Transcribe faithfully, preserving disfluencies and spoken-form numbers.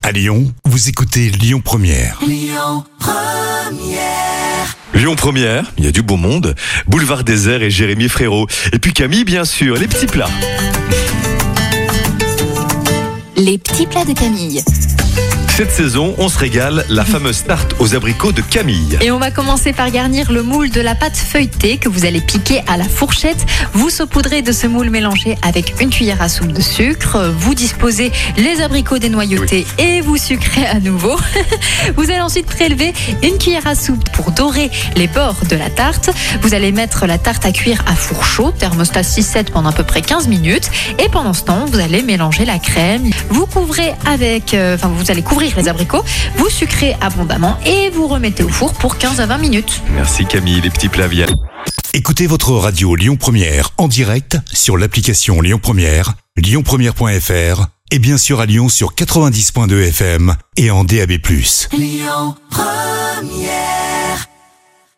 À Lyon, vous écoutez Lyon Première. Lyon Première. Lyon Première, il y a du beau monde. Boulevard Désert et Jérémy Frérot. Et puis Camille, bien sûr, les petits plats. Les petits plats de Camille. Cette saison, on se régale, la fameuse tarte aux abricots de Camille. Et on va commencer par garnir le moule de la pâte feuilletée que vous allez piquer à la fourchette. Vous saupoudrez de ce moule mélangé avec une cuillère à soupe de sucre. Vous disposez les abricots dénoyautés oui. et vous sucrez à nouveau. Vous allez ensuite prélever une cuillère à soupe pour dorer les bords de la tarte. Vous allez mettre la tarte à cuire à four chaud, thermostat six sept pendant à peu près quinze minutes. Et pendant ce temps, vous allez mélanger la crème. Vous couvrez avec, euh, enfin vous allez couvrir les abricots, vous sucrez abondamment et vous remettez au four pour quinze à vingt minutes. Merci Camille, les petits plats viennent. Écoutez votre radio Lyon Première en direct sur l'application Lyon Première, lyon première point f r et bien sûr à Lyon sur quatre-vingt-dix point deux F M et en D A B plus. Lyon Première.